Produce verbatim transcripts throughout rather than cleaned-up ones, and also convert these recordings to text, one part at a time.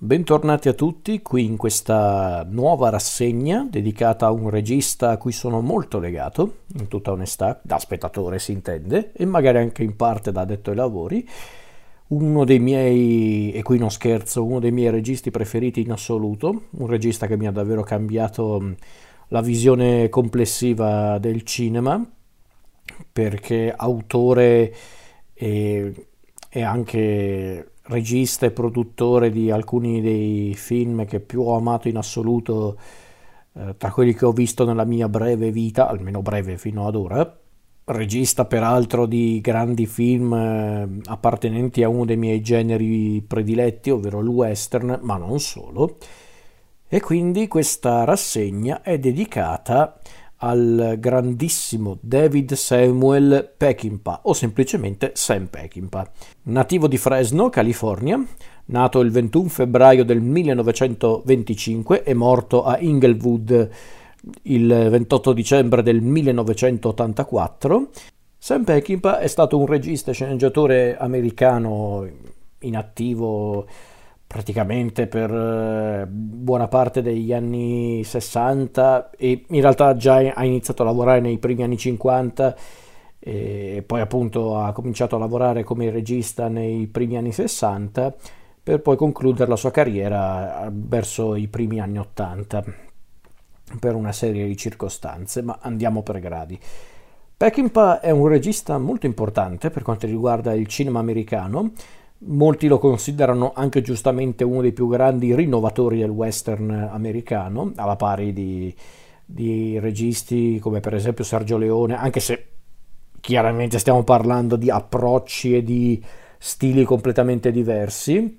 Bentornati a tutti qui in questa nuova rassegna dedicata a un regista a cui sono molto legato, in tutta onestà, da spettatore si intende, e magari anche in parte da addetto ai lavori, uno dei miei, e qui non scherzo, uno dei miei registi preferiti in assoluto, un regista che mi ha davvero cambiato la visione complessiva del cinema, perché autore e, e anche regista e produttore di alcuni dei film che più ho amato in assoluto, eh, tra quelli che ho visto nella mia breve vita, almeno breve fino ad ora. Regista peraltro di grandi film eh, appartenenti a uno dei miei generi prediletti, ovvero il western, ma non solo. E quindi questa rassegna è dedicata al grandissimo David Samuel Peckinpah, o semplicemente Sam Peckinpah. Nativo di Fresno, California, nato il ventuno febbraio del millenovecentoventicinque e morto a Inglewood il ventotto dicembre del millenovecentottantaquattro, Sam Peckinpah è stato un regista e sceneggiatore americano in attivo praticamente per buona parte degli anni sessanta, e in realtà già ha iniziato a lavorare nei primi anni cinquanta e poi appunto ha cominciato a lavorare come regista nei primi anni sessanta, per poi concludere la sua carriera verso i primi anni ottanta per una serie di circostanze, ma andiamo per gradi. Peckinpah è un regista molto importante per quanto riguarda il cinema americano. Molti lo considerano anche giustamente uno dei più grandi rinnovatori del western americano, alla pari di, di registi come per esempio Sergio Leone, anche se chiaramente stiamo parlando di approcci e di stili completamente diversi.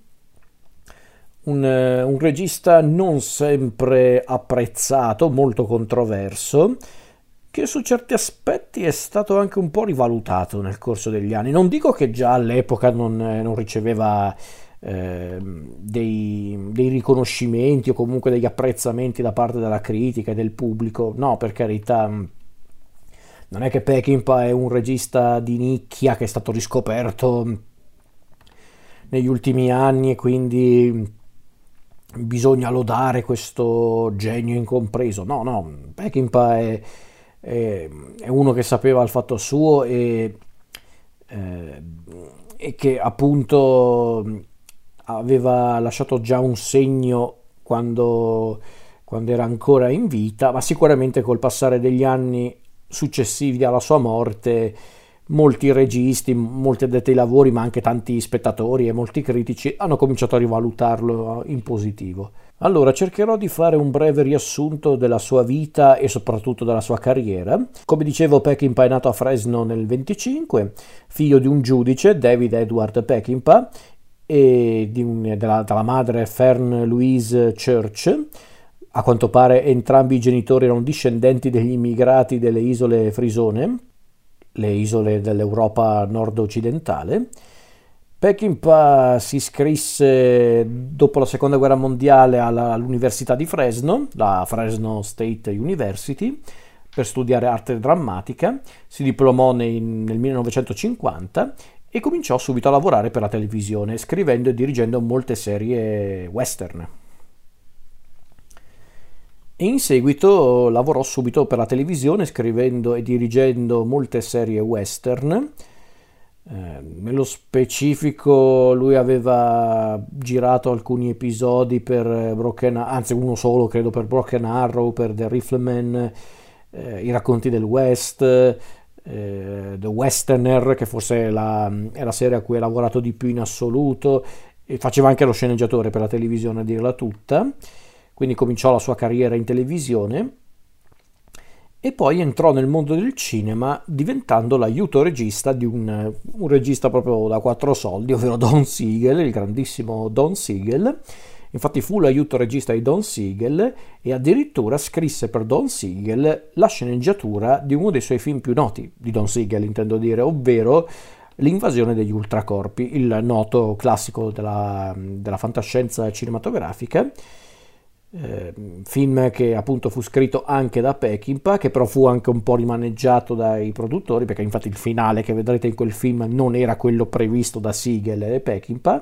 Un, un regista non sempre apprezzato, molto controverso, che su certi aspetti è stato anche un po' rivalutato nel corso degli anni. Non dico che già all'epoca non, non riceveva eh, dei, dei riconoscimenti o comunque degli apprezzamenti da parte della critica e del pubblico, no, per carità. Non è che Peckinpah è un regista di nicchia che è stato riscoperto negli ultimi anni e quindi bisogna lodare questo genio incompreso. No, no, Peckinpah è è uno che sapeva il fatto suo e, eh, e che appunto aveva lasciato già un segno quando, quando era ancora in vita, ma sicuramente col passare degli anni successivi alla sua morte molti registi, molti addetti ai lavori, ma anche tanti spettatori e molti critici hanno cominciato a rivalutarlo in positivo. Allora, cercherò di fare un breve riassunto della sua vita e soprattutto della sua carriera. Come dicevo, Peckinpah è nato a Fresno nel venticinque, figlio di un giudice, David Edward Peckinpah, e di un, della, dalla madre Fern Louise Church. A quanto pare entrambi i genitori erano discendenti degli immigrati delle isole Frisone, le isole dell'Europa nord-occidentale. Peckinpah si iscrisse dopo la seconda guerra mondiale alla, all'Università di Fresno, la Fresno State University, per studiare arte drammatica. Si diplomò nei, nel millenovecentocinquanta e cominciò subito a lavorare per la televisione, scrivendo e dirigendo molte serie western. E in seguito lavorò subito per la televisione, scrivendo e dirigendo molte serie western. Eh, nello specifico lui aveva girato alcuni episodi per Broken, anzi uno solo credo, per Broken Arrow, per The Rifleman, eh, I racconti del West, eh, The Westerner, che forse è la, è la serie a cui ha lavorato di più in assoluto, e faceva anche lo sceneggiatore per la televisione, a dirla tutta. Quindi cominciò la sua carriera in televisione e poi entrò nel mondo del cinema diventando l'aiuto regista di un, un regista proprio da quattro soldi, ovvero Don Siegel, il grandissimo Don Siegel. Infatti fu l'aiuto regista di Don Siegel e addirittura scrisse per Don Siegel la sceneggiatura di uno dei suoi film più noti, di Don Siegel intendo dire, ovvero L'invasione degli ultracorpi, il noto classico della, della fantascienza cinematografica. Eh, film che appunto fu scritto anche da Peckinpah, che però fu anche un po' rimaneggiato dai produttori, perché infatti il finale che vedrete in quel film non era quello previsto da Siegel e Peckinpah.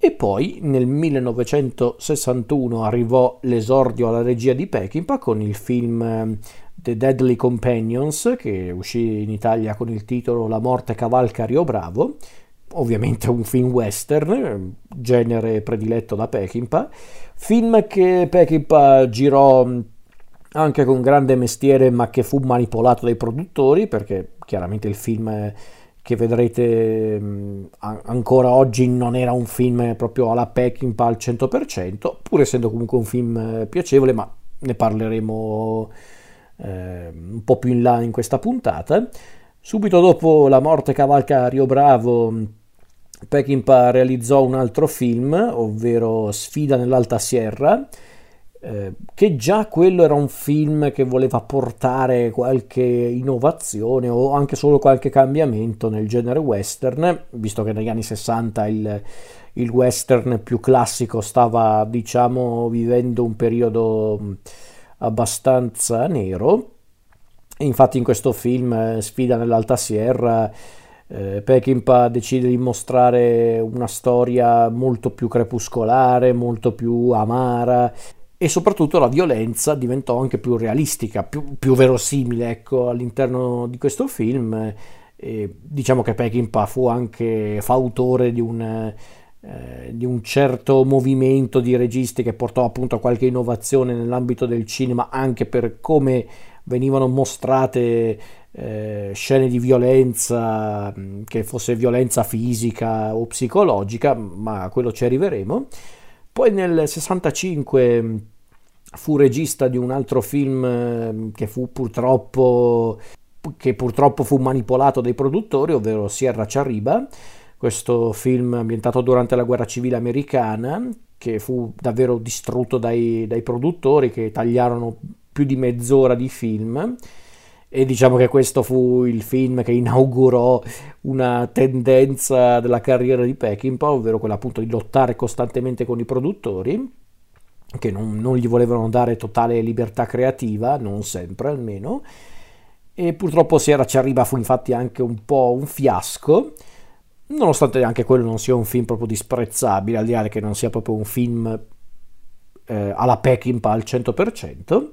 E poi nel millenovecentosessantuno arrivò l'esordio alla regia di Peckinpah con il film eh, The Deadly Companions, che uscì in Italia con il titolo La morte cavalca Rio Bravo, ovviamente un film western, genere prediletto da Peckinpah, film che Peckinpah girò anche con grande mestiere, ma che fu manipolato dai produttori, perché chiaramente il film che vedrete mh, ancora oggi non era un film proprio alla Peckinpah al cento per cento, pur essendo comunque un film eh, piacevole, ma ne parleremo eh, un po' più in là in questa puntata. Subito dopo La morte cavalca Rio Bravo, Peckinpah realizzò un altro film, ovvero Sfida nell'Alta Sierra, eh, che già quello era un film che voleva portare qualche innovazione o anche solo qualche cambiamento nel genere western, visto che negli anni sessanta il, il western più classico stava, diciamo, vivendo un periodo abbastanza nero. E infatti in questo film, Sfida nell'Alta Sierra, eh, Peckinpah decide di mostrare una storia molto più crepuscolare, molto più amara, e soprattutto la violenza diventò anche più realistica, più, più verosimile, ecco, all'interno di questo film. E diciamo che Peckinpah fu anche fautore di un, eh, di un certo movimento di registi che portò appunto a qualche innovazione nell'ambito del cinema, anche per come venivano mostrate eh, scene di violenza, che fosse violenza fisica o psicologica, ma a quello ci arriveremo. Poi nel sessantacinque fu regista di un altro film che fu purtroppo, che purtroppo fu manipolato dai produttori, ovvero Sierra Chariba, questo film ambientato durante la guerra civile americana, che fu davvero distrutto dai, dai produttori, che tagliarono più di mezz'ora di film. E diciamo che questo fu il film che inaugurò una tendenza della carriera di Peckinpah, ovvero quella appunto di lottare costantemente con i produttori, che non, non gli volevano dare totale libertà creativa, non sempre almeno. E purtroppo Sierra Chariba fu infatti anche un po' un fiasco, nonostante anche quello non sia un film proprio disprezzabile, al di là che non sia proprio un film eh, alla Peckinpah al cento per cento.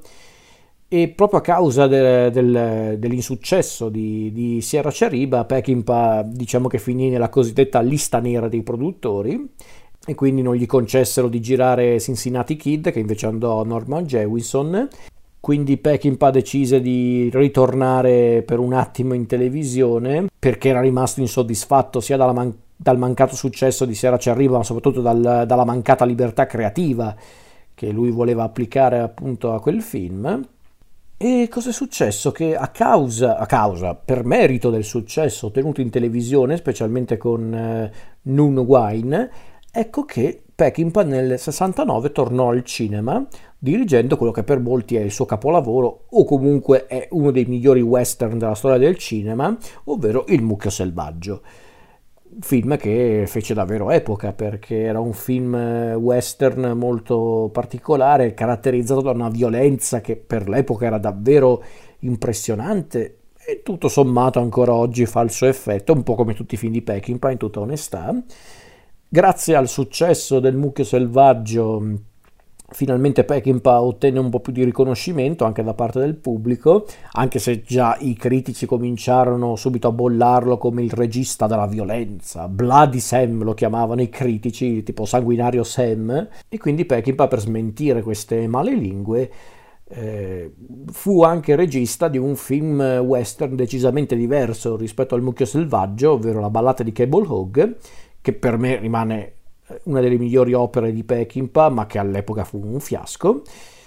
E proprio a causa de, del, dell'insuccesso di, di Sierra Chariba, Peckinpah diciamo che finì nella cosiddetta lista nera dei produttori, e quindi non gli concessero di girare Cincinnati Kid, che invece andò a Norman Jewison. Quindi Peckinpah decise di ritornare per un attimo in televisione, perché era rimasto insoddisfatto sia dalla man- dal mancato successo di Sierra Chariba, ma soprattutto dal, dalla mancata libertà creativa che lui voleva applicare appunto a quel film. E cosa è successo? Che a causa, a causa, per merito del successo ottenuto in televisione, specialmente con eh, Noon Wine, ecco che Peckinpah nel sessantanove tornò al cinema, dirigendo quello che per molti è il suo capolavoro, o comunque è uno dei migliori western della storia del cinema, ovvero Il mucchio selvaggio. Film che fece davvero epoca, perché era un film western molto particolare, caratterizzato da una violenza che per l'epoca era davvero impressionante e tutto sommato ancora oggi fa il suo effetto, un po' come tutti i film di Peckinpah, in tutta onestà. Grazie al successo del mucchio selvaggio, finalmente Peckinpah ottenne un po' più di riconoscimento anche da parte del pubblico, anche se già i critici cominciarono subito a bollarlo come il regista della violenza. Bloody Sam lo chiamavano i critici, tipo Sanguinario Sam, e quindi Peckinpah, per smentire queste male lingue, eh, fu anche regista di un film western decisamente diverso rispetto al mucchio selvaggio, ovvero La ballata di Cable Hog, che per me rimane una delle migliori opere di Peckinpah, ma che all'epoca fu un fiasco.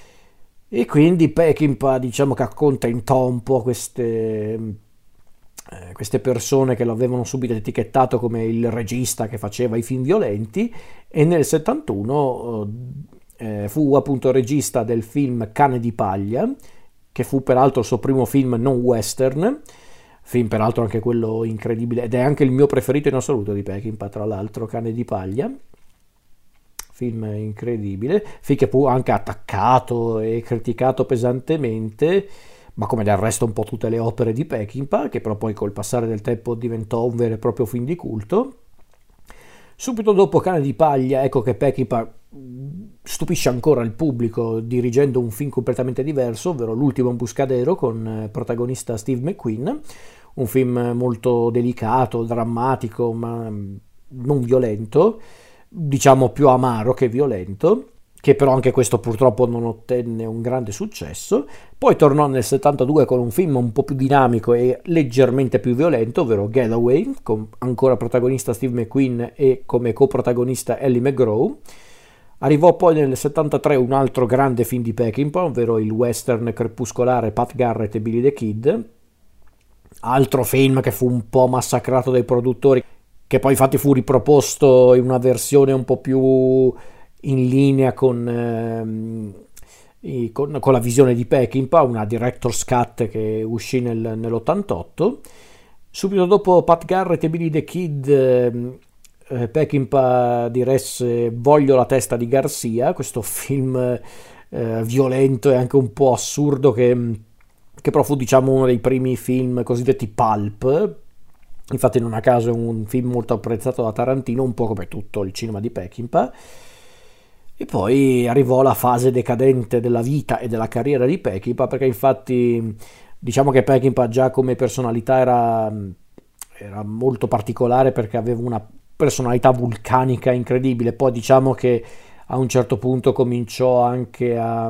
E quindi Peckinpah, diciamo che accontentò un po' queste, eh, queste persone che lo avevano subito etichettato come il regista che faceva i film violenti, e nel settantuno eh, fu appunto regista del film Cane di paglia, che fu peraltro il suo primo film non western, film peraltro anche quello incredibile, ed è anche il mio preferito in assoluto di Peckinpah, tra l'altro, Cane di paglia. Film incredibile, film che fu anche attaccato e criticato pesantemente, ma come del resto un po' tutte le opere di Peckinpah, che però poi col passare del tempo diventò un vero e proprio film di culto. Subito dopo Cane di paglia, ecco che Peckinpah stupisce ancora il pubblico dirigendo un film completamente diverso, ovvero L'ultimo Buscadero con eh, protagonista Steve McQueen, un film molto delicato, drammatico, ma mm, non violento, diciamo più amaro che violento, che però anche questo purtroppo non ottenne un grande successo. Poi tornò nel settantadue con un film un po' più dinamico e leggermente più violento, ovvero Getaway, con ancora protagonista Steve McQueen e come coprotagonista Ellie McGraw. Arrivò poi nel settantatré un altro grande film di Peckinpah, ovvero il western crepuscolare Pat Garrett e Billy the Kid, altro film che fu un po' massacrato dai produttori, che poi infatti fu riproposto in una versione un po' più in linea con, ehm, i- con, con la visione di Peckinpah, una director's cut che uscì nel- nell'ottantotto. Subito dopo Pat Garrett e Billy the Kid, ehm, eh, Peckinpah diresse Voglio la testa di Garcia, questo film eh, violento e anche un po' assurdo che, che però fu diciamo uno dei primi film cosiddetti pulp. Infatti non a caso è un film molto apprezzato da Tarantino, un po' come tutto il cinema di Peckinpah. E poi arrivò la fase decadente della vita e della carriera di Peckinpah, perché infatti diciamo che Peckinpah già come personalità era, era molto particolare, perché aveva una personalità vulcanica incredibile. Poi diciamo che a un certo punto cominciò anche a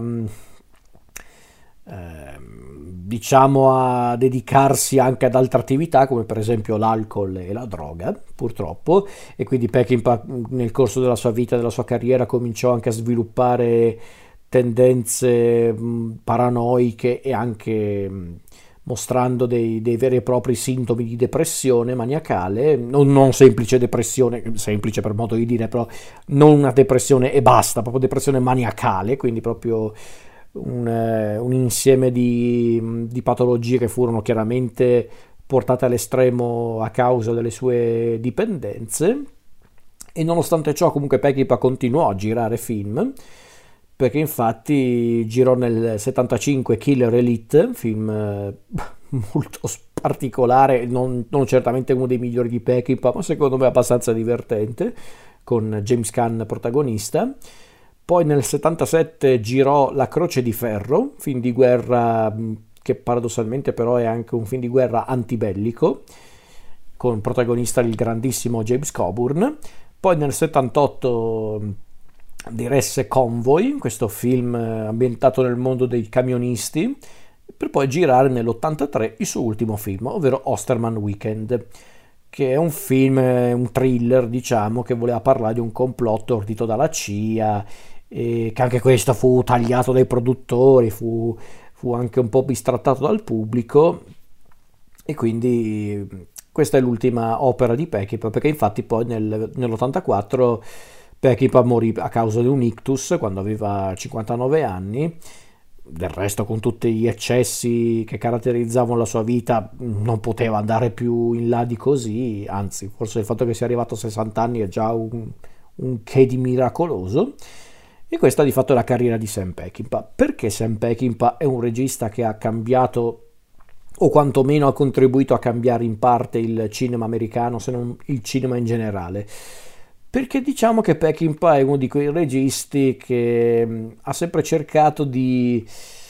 ehm, diciamo a dedicarsi anche ad altre attività come per esempio l'alcol e la droga, purtroppo, e quindi Peckinpah nel corso della sua vita, della sua carriera, cominciò anche a sviluppare tendenze mh, paranoiche e anche mh, mostrando dei, dei veri e propri sintomi di depressione maniacale, non, non semplice depressione, semplice per modo di dire, però non una depressione e basta, proprio depressione maniacale, quindi proprio un, eh, un insieme di, di patologie che furono chiaramente portate all'estremo a causa delle sue dipendenze. E nonostante ciò comunque Peckinpah continuò a girare film, perché infatti girò nel settantacinque Killer Elite, film eh, molto particolare, non, non certamente uno dei migliori di Peckinpah, ma secondo me abbastanza divertente, con James Caan protagonista. Poi nel settantasette girò La Croce di Ferro, film di guerra mh, che paradossalmente però è anche un film di guerra antibellico, con protagonista il grandissimo James Coburn. Poi nel settantotto mh, diresse Convoy, questo film eh, ambientato nel mondo dei camionisti, per poi girare nell'ottantatré il suo ultimo film, ovvero Osterman Weekend, che è un film, eh, un thriller, diciamo, che voleva parlare di un complotto ordito dalla C I A, e che anche questo fu tagliato dai produttori, fu, fu anche un po' bistrattato dal pubblico, e quindi questa è l'ultima opera di Peckinpah, perché infatti poi nel, nell'ottantaquattro Peckinpah morì a causa di un ictus quando aveva cinquantanove anni. Del resto, con tutti gli eccessi che caratterizzavano la sua vita, non poteva andare più in là di così, anzi forse il fatto che sia arrivato a sessanta anni è già un, un che di miracoloso. E questa di fatto è la carriera di Sam Peckinpah. Perché Sam Peckinpah è un regista che ha cambiato, o quantomeno ha contribuito a cambiare in parte il cinema americano, se non il cinema in generale? Perché diciamo che Peckinpah è uno di quei registi che mh, ha sempre cercato di,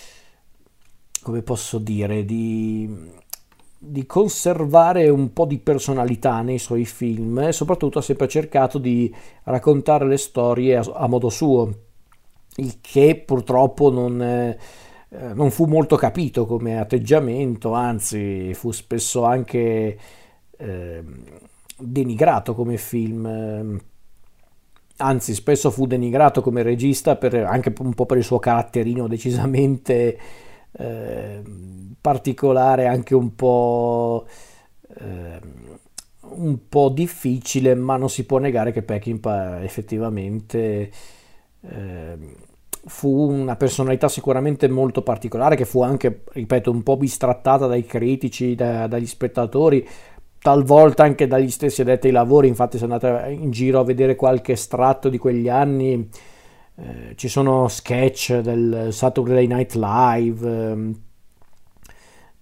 come posso dire, di, di conservare un po' di personalità nei suoi film, e soprattutto ha sempre cercato di raccontare le storie a, a modo suo, il che purtroppo non, eh, eh, non fu molto capito come atteggiamento, anzi fu spesso anche eh, denigrato come film. eh, Anzi, spesso fu denigrato come regista per, anche un po' per il suo caratterino decisamente eh, particolare, anche un po', eh, un po' difficile, ma non si può negare che Peckinpah effettivamente eh, fu una personalità sicuramente molto particolare, che fu anche, ripeto, un po' bistrattata dai critici, da- dagli spettatori, talvolta anche dagli stessi addetti ai lavori. Infatti se andate in giro a vedere qualche estratto di quegli anni, eh, ci sono sketch del Saturday Night Live, ehm,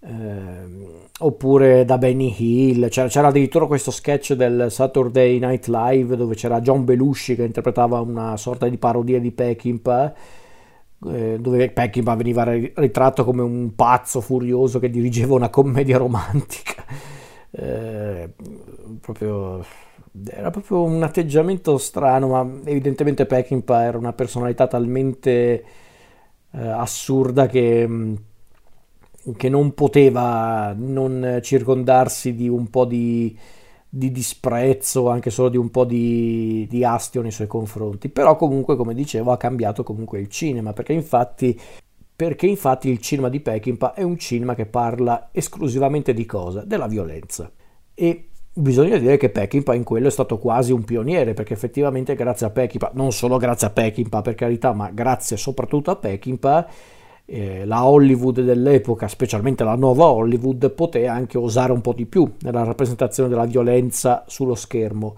ehm, oppure da Benny Hill. C'era, c'era addirittura questo sketch del Saturday Night Live dove c'era John Belushi che interpretava una sorta di parodia di Peckinpah, eh, dove Peckinpah veniva ri- ritratto come un pazzo furioso che dirigeva una commedia romantica. Eh, proprio, era proprio un atteggiamento strano, ma evidentemente Peckinpah era una personalità talmente eh, assurda che, mh, che non poteva non circondarsi di un po' di, di disprezzo, anche solo di un po' di, di astio nei suoi confronti. Però comunque, come dicevo, ha cambiato comunque il cinema, perché infatti, perché infatti il cinema di Peckinpah è un cinema che parla esclusivamente di cosa? Della violenza. E bisogna dire che Peckinpah in quello è stato quasi un pioniere, perché effettivamente grazie a Peckinpah, non solo grazie a Peckinpah per carità, ma grazie soprattutto a Peckinpah, eh, la Hollywood dell'epoca, specialmente la nuova Hollywood, poté anche osare un po' di più nella rappresentazione della violenza sullo schermo.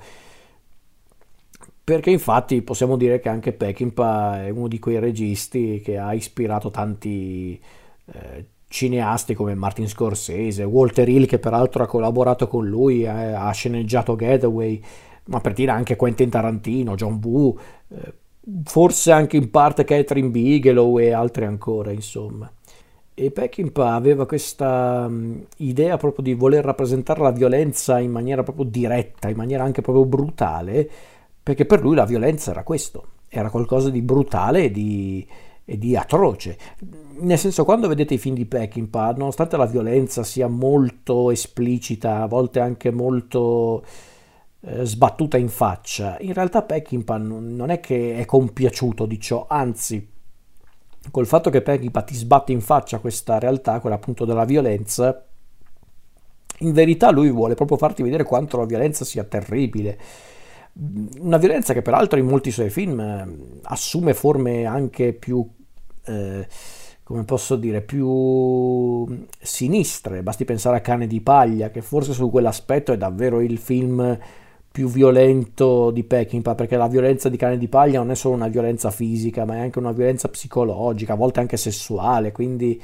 Perché infatti possiamo dire che anche Peckinpah è uno di quei registi che ha ispirato tanti eh, cineasti come Martin Scorsese, Walter Hill che peraltro ha collaborato con lui, eh, ha sceneggiato Getaway, ma per dire anche Quentin Tarantino, John Woo, eh, forse anche in parte Catherine Bigelow e altri ancora, insomma. E Peckinpah aveva questa mh, idea proprio di voler rappresentare la violenza in maniera proprio diretta, in maniera anche proprio brutale, perché per lui la violenza era questo, era qualcosa di brutale e di, e di atroce. Nel senso, quando vedete i film di Peckinpah, nonostante la violenza sia molto esplicita, a volte anche molto eh, sbattuta in faccia, in realtà Peckinpah non non è che è compiaciuto di ciò, anzi, col fatto che Peckinpah ti sbatte in faccia questa realtà, quella appunto della violenza, in verità lui vuole proprio farti vedere quanto la violenza sia terribile. Una violenza che peraltro in molti suoi film eh, assume forme anche più, eh, come posso dire, più sinistre. Basti pensare a Cane di Paglia, che forse su quell'aspetto è davvero il film più violento di Peckinpah, perché la violenza di Cane di Paglia non è solo una violenza fisica, ma è anche una violenza psicologica, a volte anche sessuale, quindi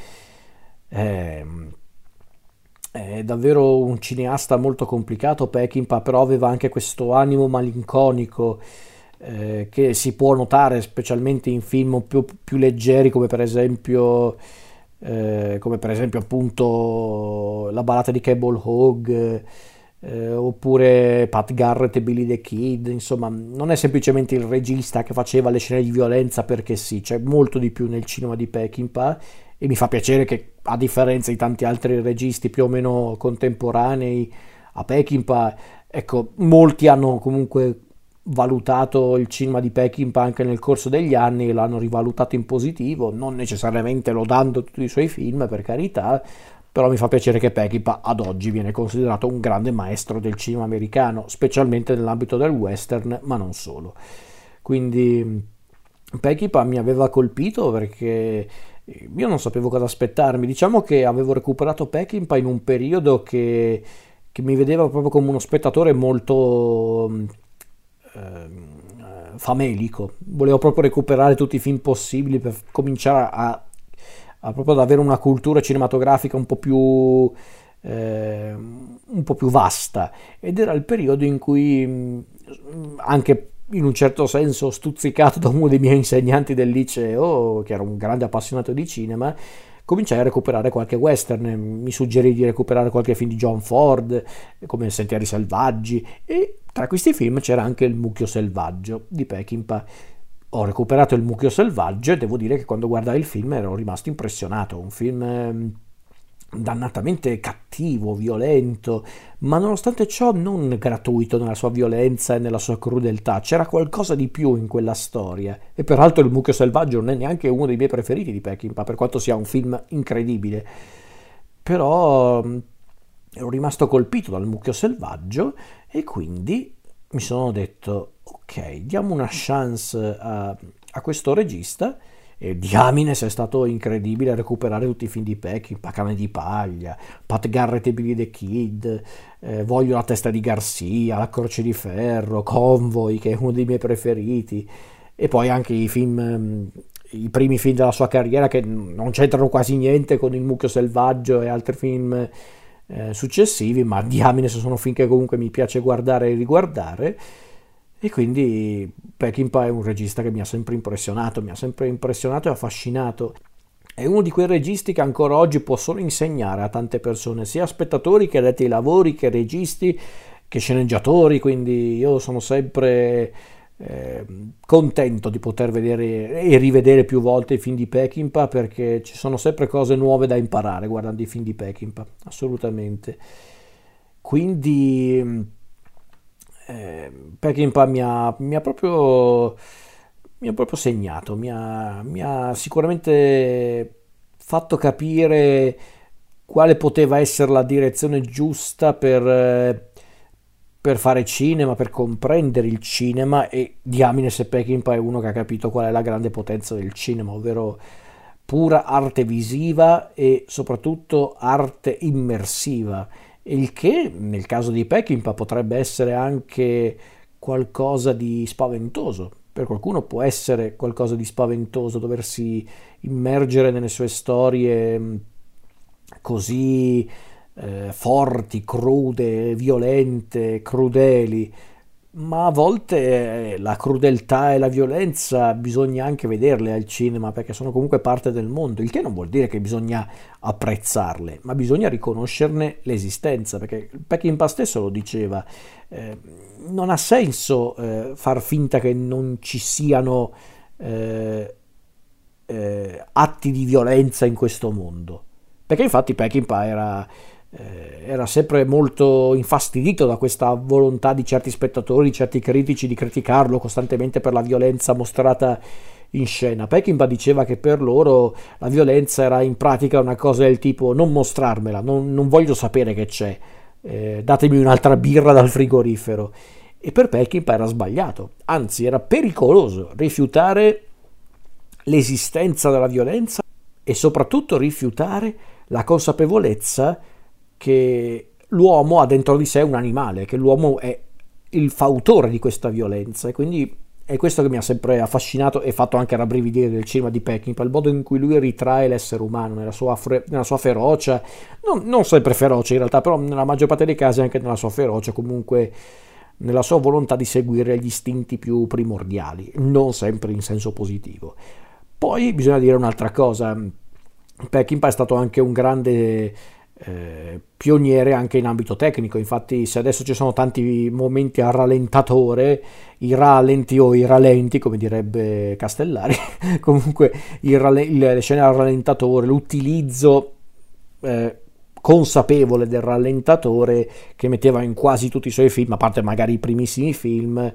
ehm, è davvero un cineasta molto complicato Peckinpah, però aveva anche questo animo malinconico eh, che si può notare specialmente in film più, più leggeri come per esempio eh, come per esempio appunto La ballata di Cable Hogg, eh, oppure Pat Garrett e Billy the Kid. Insomma, non è semplicemente il regista che faceva le scene di violenza perché sì, c'è molto di più nel cinema di Peckinpah, e mi fa piacere che a differenza di tanti altri registi più o meno contemporanei a Peckinpah, ecco, molti hanno comunque valutato il cinema di Peckinpah anche nel corso degli anni e l'hanno rivalutato in positivo, non necessariamente lodando tutti i suoi film, per carità, però mi fa piacere che Peckinpah ad oggi viene considerato un grande maestro del cinema americano, specialmente nell'ambito del western, ma non solo. Quindi Peckinpah mi aveva colpito perché io non sapevo cosa aspettarmi. Diciamo che avevo recuperato Peckinpah in un periodo che, che mi vedeva proprio come uno spettatore molto eh, famelico. Volevo proprio recuperare tutti i film possibili per cominciare a, a proprio ad avere una cultura cinematografica un po' più eh, un po' più vasta, ed era il periodo in cui mh, anche in un certo senso stuzzicato da uno dei miei insegnanti del liceo, che era un grande appassionato di cinema, cominciai a recuperare qualche western. Mi suggerì di recuperare qualche film di John Ford, come Sentieri selvaggi, e tra questi film c'era anche Il mucchio selvaggio di Peckinpah. Ho recuperato Il mucchio selvaggio e devo dire che quando guardai il film ero rimasto impressionato. Un film ehm, dannatamente cattivo, violento, ma nonostante ciò non gratuito nella sua violenza e nella sua crudeltà. C'era qualcosa di più in quella storia. E peraltro Il mucchio selvaggio non è neanche uno dei miei preferiti di Peckinpah, per quanto sia un film incredibile. Però mh, ero rimasto colpito dal mucchio selvaggio e quindi mi sono detto ok, diamo una chance a, a questo regista. E diamine se è stato incredibile recuperare tutti i film di Peckinpah, Cane di Paglia, Pat Garrett e Billy the Kid, eh, Voglio la testa di Garcia, La croce di ferro, Convoy, che è uno dei miei preferiti, e poi anche i film, i primi film della sua carriera che non c'entrano quasi niente con Il mucchio selvaggio e altri film eh, successivi, ma diamine se sono film che comunque mi piace guardare e riguardare. E quindi Peckinpah è un regista che mi ha sempre impressionato, mi ha sempre impressionato e affascinato. È uno di quei registi che ancora oggi può solo insegnare a tante persone, sia spettatori che addetti ai lavori, che registi, che sceneggiatori, quindi io sono sempre eh, contento di poter vedere e rivedere più volte i film di Peckinpah, perché ci sono sempre cose nuove da imparare guardando i film di Peckinpah, assolutamente. Quindi eh, Peckinpah mi ha, mi ha proprio mi ha proprio segnato, mi ha, mi ha sicuramente fatto capire quale poteva essere la direzione giusta per, eh, per fare cinema, per comprendere il cinema, e diamine se Peckinpah è uno che ha capito qual è la grande potenza del cinema, ovvero pura arte visiva e soprattutto arte immersiva, il che nel caso di Peckinpah potrebbe essere anche qualcosa di spaventoso. Per qualcuno può essere qualcosa di spaventoso doversi immergere nelle sue storie così eh, forti, crude, violente, crudeli, ma a volte eh, la crudeltà e la violenza bisogna anche vederle al cinema, perché sono comunque parte del mondo, il che non vuol dire che bisogna apprezzarle, ma bisogna riconoscerne l'esistenza, perché Peckinpah stesso lo diceva, eh, non ha senso eh, far finta che non ci siano eh, eh, atti di violenza in questo mondo, perché infatti Peckinpah era eh, era sempre molto infastidito da questa volontà di certi spettatori, di certi critici di criticarlo costantemente per la violenza mostrata in scena. Peckinpah diceva che per loro la violenza era in pratica una cosa del tipo: non mostrarmela, non, non voglio sapere che c'è, eh, datemi un'altra birra dal frigorifero. E per Peckinpah era sbagliato, anzi era pericoloso rifiutare l'esistenza della violenza e soprattutto rifiutare la consapevolezza che l'uomo ha dentro di sé un animale, che l'uomo è il fautore di questa violenza, e quindi è questo che mi ha sempre affascinato e fatto anche rabbrividire del cinema di Peckinpah, il modo in cui lui ritrae l'essere umano nella sua, fre- nella sua ferocia, non, non sempre feroce in realtà, però nella maggior parte dei casi anche nella sua ferocia, comunque nella sua volontà di seguire gli istinti più primordiali, non sempre in senso positivo. Poi bisogna dire un'altra cosa: Peckinpah è stato anche un grande eh, pioniere anche in ambito tecnico, infatti se adesso ci sono tanti momenti a rallentatore, i rallenti o i rallenti come direbbe Castellari, comunque il rale- il, le scene a rallentatore, l'utilizzo eh, consapevole del rallentatore che metteva in quasi tutti i suoi film, a parte magari i primissimi film,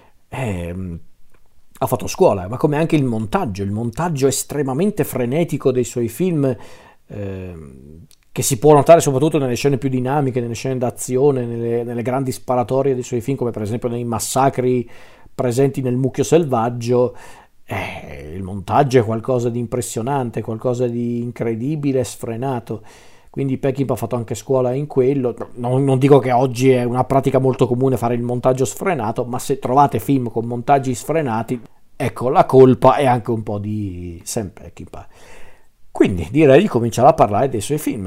eh, ha fatto scuola, ma come anche il montaggio, il montaggio estremamente frenetico dei suoi film, eh, che si può notare soprattutto nelle scene più dinamiche, nelle scene d'azione, nelle, nelle grandi sparatorie dei suoi film, come per esempio nei massacri presenti nel Mucchio selvaggio. Eh, il montaggio è qualcosa di impressionante, qualcosa di incredibile, sfrenato. Quindi Peckinpah ha fatto anche scuola in quello. Non, non dico che oggi è una pratica molto comune fare il montaggio sfrenato, ma se trovate film con montaggi sfrenati, ecco, la colpa è anche un po' di Sam Peckinpah. Quindi direi di cominciare a parlare dei suoi film.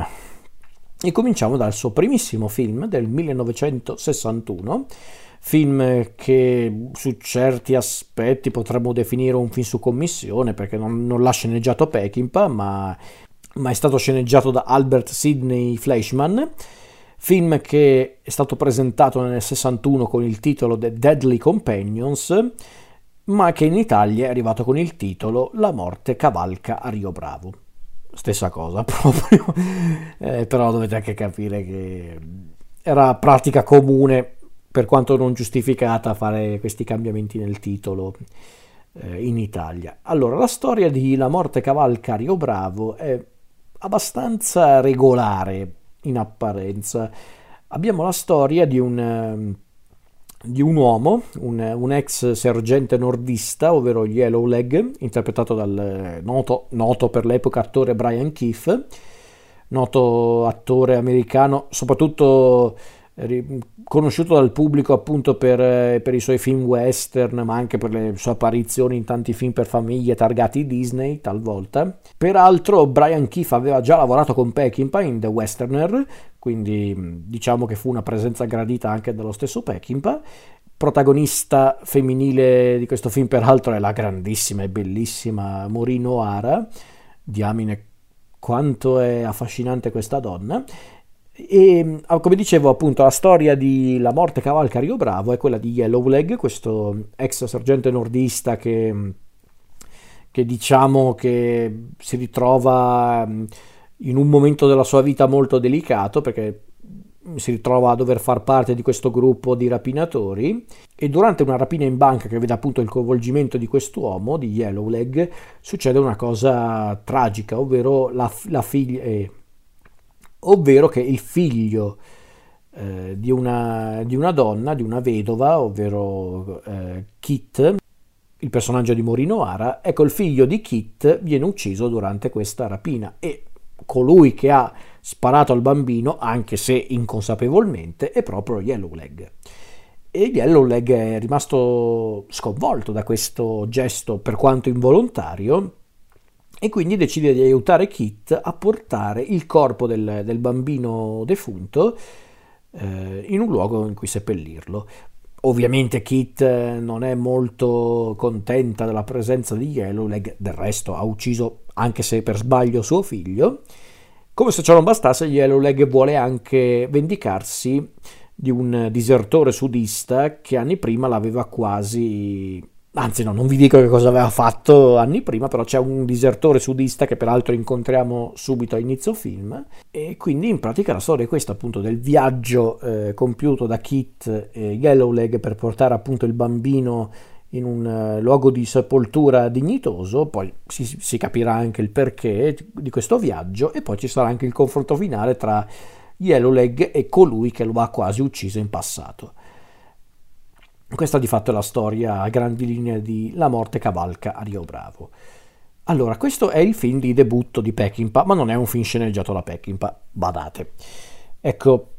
E cominciamo dal suo primissimo film del millenovecentosessantuno, film che su certi aspetti potremmo definire un film su commissione, perché non, non l'ha sceneggiato Peckinpah, ma, ma è stato sceneggiato da Albert Sidney Fleischmann, film che è stato presentato nel sessantuno con il titolo The Deadly Companions, ma che in Italia è arrivato con il titolo La morte cavalca a Rio Bravo. Stessa cosa proprio, eh, però dovete anche capire che era pratica comune, per quanto non giustificata, fare questi cambiamenti nel titolo eh, in Italia. Allora, la storia di La morte cavalca a Rio Bravo è abbastanza regolare in apparenza. Abbiamo la storia di un, di un uomo, un, un ex sergente nordista, ovvero Yellow Leg, interpretato dal noto, noto per l'epoca attore Brian Keith, noto attore americano, soprattutto conosciuto dal pubblico appunto per, per i suoi film western, ma anche per le sue apparizioni in tanti film per famiglie targati Disney talvolta. Peraltro Brian Keefe aveva già lavorato con Peckinpah in The Westerner, quindi diciamo che fu una presenza gradita anche dallo stesso Peckinpah. Protagonista femminile di questo film peraltro è la grandissima e bellissima Maureen O'Hara. Diamine quanto è affascinante questa donna. E come dicevo appunto, la storia di La morte cavalca Rio Bravo è quella di Yellowleg, questo ex sergente nordista che, che diciamo che si ritrova in un momento della sua vita molto delicato, perché si ritrova a dover far parte di questo gruppo di rapinatori, e durante una rapina in banca che vede appunto il coinvolgimento di quest'uomo, di Yellowleg, succede una cosa tragica, ovvero la, la figlia... Eh, ovvero che il figlio eh, di, una, di una donna, di una vedova, ovvero eh, Kit, il personaggio di Maureen O'Hara, ecco, il figlio di Kit viene ucciso durante questa rapina e colui che ha sparato al bambino, anche se inconsapevolmente, è proprio Yellowleg. E Yellowleg è rimasto sconvolto da questo gesto, per quanto involontario, e quindi decide di aiutare Kit a portare il corpo del, del bambino defunto eh, in un luogo in cui seppellirlo. Ovviamente Kit non è molto contenta della presenza di Yellowleg, del resto ha ucciso, anche se per sbaglio, suo figlio. Come se ciò non bastasse, Yellowleg vuole anche vendicarsi di un disertore sudista che anni prima l'aveva quasi... Anzi no, non vi dico che cosa aveva fatto anni prima, però c'è un disertore sudista che peraltro incontriamo subito a inizio film, e quindi in pratica la storia è questa, appunto, del viaggio eh, compiuto da Kit e Yellowleg per portare appunto il bambino in un uh, luogo di sepoltura dignitoso. Poi si, si capirà anche il perché di questo viaggio, e poi ci sarà anche il confronto finale tra Yellowleg e colui che lo ha quasi ucciso in passato. Questa di fatto è la storia a grandi linee di La morte cavalca a Rio Bravo. Allora, questo è il film di debutto di Peckinpah, ma non è un film sceneggiato da Peckinpah, badate. Ecco,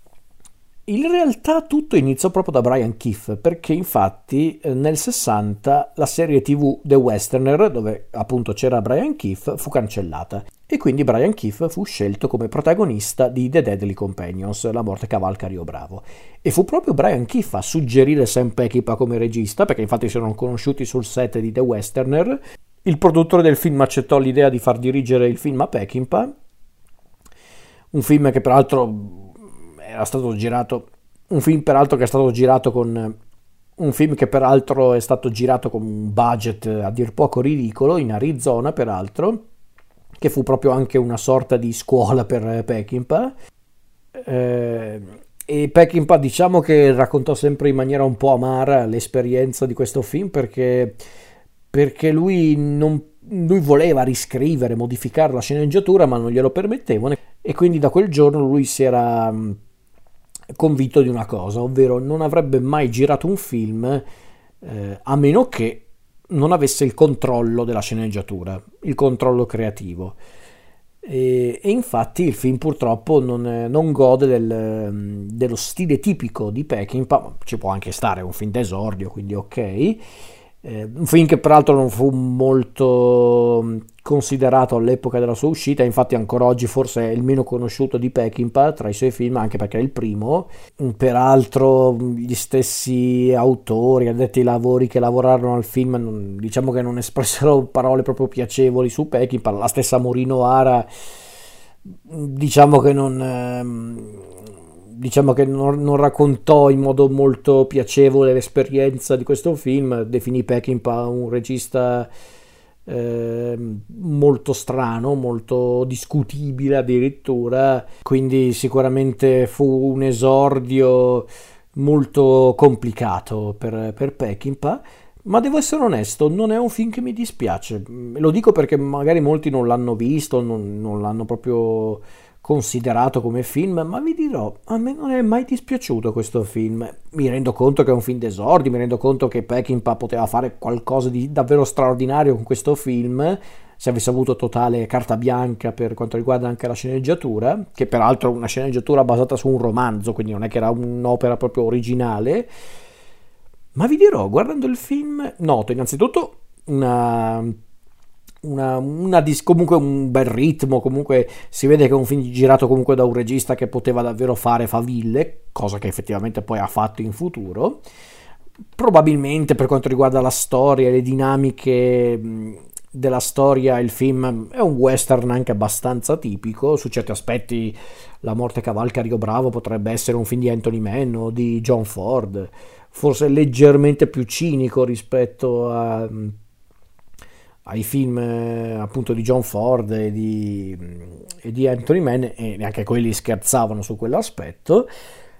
in realtà tutto iniziò proprio da Brian Keefe, perché infatti nel sessanta la serie tivù The Westerner, dove appunto c'era Brian Keefe, fu cancellata. E quindi Brian Keefe fu scelto come protagonista di The Deadly Companions, La morte cavalca a Rio Bravo. E fu proprio Brian Keefe a suggerire Sam Peckinpah come regista, perché infatti si erano conosciuti sul set di The Westerner. Il produttore del film accettò l'idea di far dirigere il film a Peckinpah, un film che peraltro era stato girato, un film peraltro che è stato girato con un film che peraltro è stato girato con un budget a dir poco ridicolo, in Arizona peraltro, che fu proprio anche una sorta di scuola per Peckinpah. Eh, e Peckinpah diciamo che raccontò sempre in maniera un po' amara l'esperienza di questo film, perché, perché lui, non, lui voleva riscrivere, modificare la sceneggiatura, ma non glielo permettevano, e quindi da quel giorno lui si era convinto di una cosa, ovvero non avrebbe mai girato un film eh, a meno che non avesse il controllo della sceneggiatura, il controllo creativo. E, e infatti il film purtroppo non, non gode del, dello stile tipico di Peckinpah. Ci può anche stare, un film d'esordio, quindi ok. Eh, un film che peraltro non fu molto considerato all'epoca della sua uscita, infatti ancora oggi forse è il meno conosciuto di Peckinpah tra i suoi film, anche perché è il primo. Peraltro gli stessi autori, addetti ai lavori che lavorarono al film, non, diciamo che non espressero parole proprio piacevoli su Peckinpah. La stessa Maureen O'Hara diciamo che non... Ehm, diciamo che non, non raccontò in modo molto piacevole l'esperienza di questo film, definì Peckinpah un regista eh, molto strano, molto discutibile addirittura, quindi sicuramente fu un esordio molto complicato per, per Peckinpah. Ma devo essere onesto, non è un film che mi dispiace, lo dico perché magari molti non l'hanno visto, non, non l'hanno proprio considerato come film, ma vi dirò, a me non è mai dispiaciuto questo film. Mi rendo conto che è un film d'esordio, mi rendo conto che Peckinpah poteva fare qualcosa di davvero straordinario con questo film, se avesse avuto totale carta bianca per quanto riguarda anche la sceneggiatura, che peraltro è una sceneggiatura basata su un romanzo, quindi non è che era un'opera proprio originale. Ma vi dirò, guardando il film, noto innanzitutto una, una, una dis- comunque un bel ritmo, comunque si vede che è un film girato comunque da un regista che poteva davvero fare faville, cosa che effettivamente poi ha fatto in futuro. Probabilmente per quanto riguarda la storia e le dinamiche mh, della storia, il film è un western anche abbastanza tipico. Su certi aspetti La morte cavalca Rio Bravo potrebbe essere un film di Anthony Mann o di John Ford, forse leggermente più cinico rispetto a, ai film eh, appunto di John Ford e di, e di Anthony Mann, e neanche quelli scherzavano su quell'aspetto.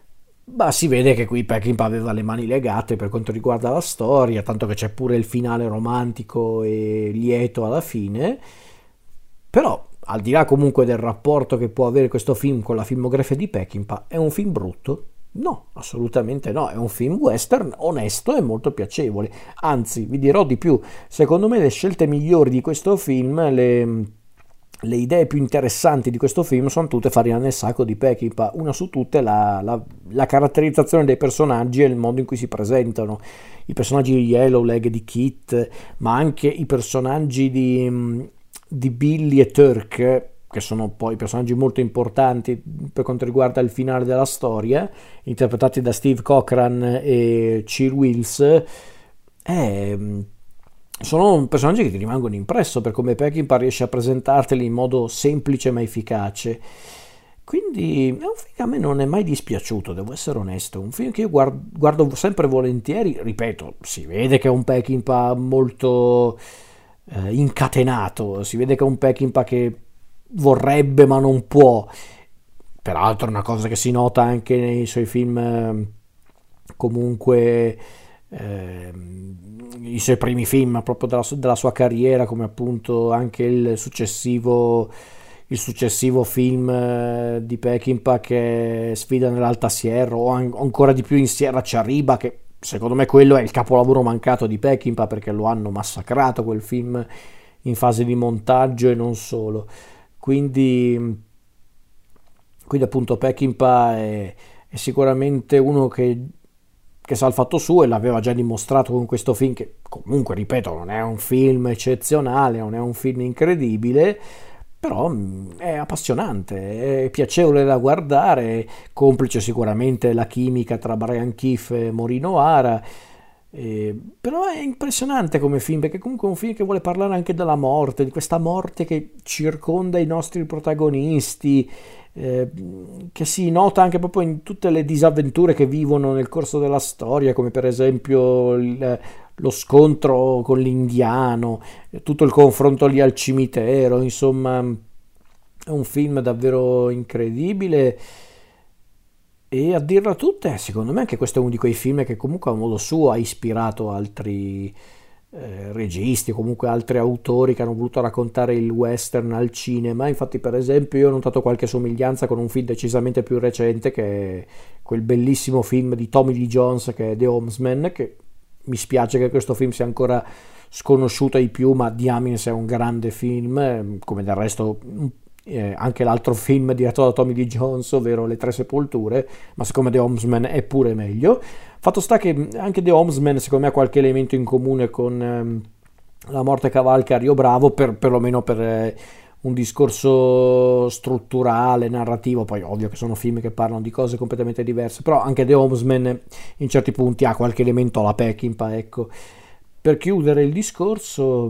Ma si vede che qui Peckinpah aveva le mani legate per quanto riguarda la storia, tanto che c'è pure il finale romantico e lieto alla fine. Però, al di là comunque del rapporto che può avere questo film con la filmografia di Peckinpah, è un film brutto? No, assolutamente no, è un film western onesto e molto piacevole. Anzi, vi dirò di più, secondo me le scelte migliori di questo film, le... le idee più interessanti di questo film sono tutte farina nel sacco di Peckinpah. Una su tutte la, la, la caratterizzazione dei personaggi e il modo in cui si presentano. I personaggi di Yellowleg, di Kit, ma anche i personaggi di, di Billy e Turk, che sono poi personaggi molto importanti per quanto riguarda il finale della storia, interpretati da Steve Cochran e Chill Wills. È... sono personaggi che ti rimangono impresso per come Peckinpah riesce a presentarteli in modo semplice ma efficace. Quindi è un film che a me non è mai dispiaciuto, devo essere onesto. Un film che io guardo, guardo sempre volentieri. Ripeto, si vede che è un Peckinpah molto eh, incatenato, si vede che è un Peckinpah che vorrebbe ma non può. Peraltro è una cosa che si nota anche nei suoi film eh, comunque... Eh, i suoi primi film proprio della, della sua carriera, come appunto anche il successivo il successivo film eh, di Peckinpah che è Sfida nell'Alta Sierra, o an- ancora di più in Sierra Chariba, che secondo me quello è il capolavoro mancato di Peckinpah, perché lo hanno massacrato quel film in fase di montaggio e non solo. Quindi quindi appunto Peckinpah è, è sicuramente uno che che sa il fatto suo, e l'aveva già dimostrato con questo film, che comunque, ripeto, non è un film eccezionale, non è un film incredibile, però è appassionante, è piacevole da guardare, complice sicuramente la chimica tra Brian Keefe e Maureen O'Hara. Eh, però è impressionante come film, perché comunque è un film che vuole parlare anche della morte, di questa morte che circonda i nostri protagonisti, eh, che si nota anche proprio in tutte le disavventure che vivono nel corso della storia, come per esempio il, lo scontro con l'indiano, tutto il confronto lì al cimitero. Insomma, è un film davvero incredibile. E a dirla tutta, secondo me anche questo è uno di quei film che comunque a modo suo ha ispirato altri eh, registi, o comunque altri autori che hanno voluto raccontare il western al cinema. Infatti, per esempio, io ho notato qualche somiglianza con un film decisamente più recente, che è quel bellissimo film di Tommy Lee Jones che è The Homesman, che mi spiace che questo film sia ancora sconosciuto ai più, ma diamine se è un grande film, come del resto Eh, anche l'altro film diretto da Tommy Lee Jones, ovvero Le Tre Sepolture, ma siccome The Homesman è pure meglio. Fatto sta che anche The Homesman secondo me ha qualche elemento in comune con ehm, La morte cavalca a Rio Bravo, per, perlomeno per eh, un discorso strutturale, narrativo. Poi ovvio che sono film che parlano di cose completamente diverse, però anche The Homesman in certi punti ha qualche elemento alla Peckinpah, ecco. Per chiudere il discorso,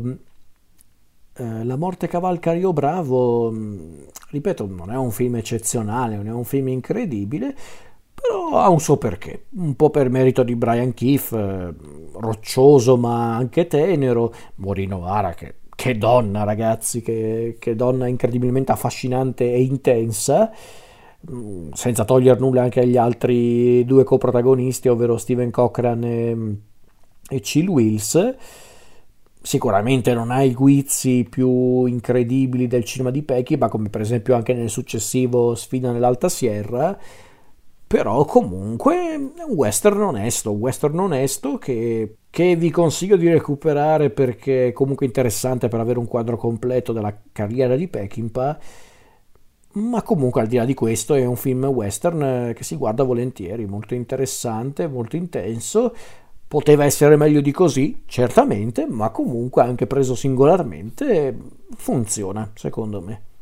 La morte cavalca Rio Bravo, ripeto, non è un film eccezionale, non è un film incredibile, però ha un suo perché, un po' per merito di Brian Keefe, roccioso ma anche tenero, Maureen O'Hara, che, che donna ragazzi, che, che donna incredibilmente affascinante e intensa, senza togliere nulla anche agli altri due coprotagonisti, ovvero Steven Cochran e, e Chill Wills. Sicuramente non ha i guizzi più incredibili del cinema di Peckinpah, come per esempio anche nel successivo Sfida nell'Alta Sierra, però comunque è un western onesto, un western onesto che, che vi consiglio di recuperare perché è comunque interessante per avere un quadro completo della carriera di Peckinpah, ma comunque al di là di questo è un film western eh, che si guarda volentieri, molto interessante, molto intenso. Poteva essere meglio di così, certamente, ma comunque anche preso singolarmente funziona, secondo me.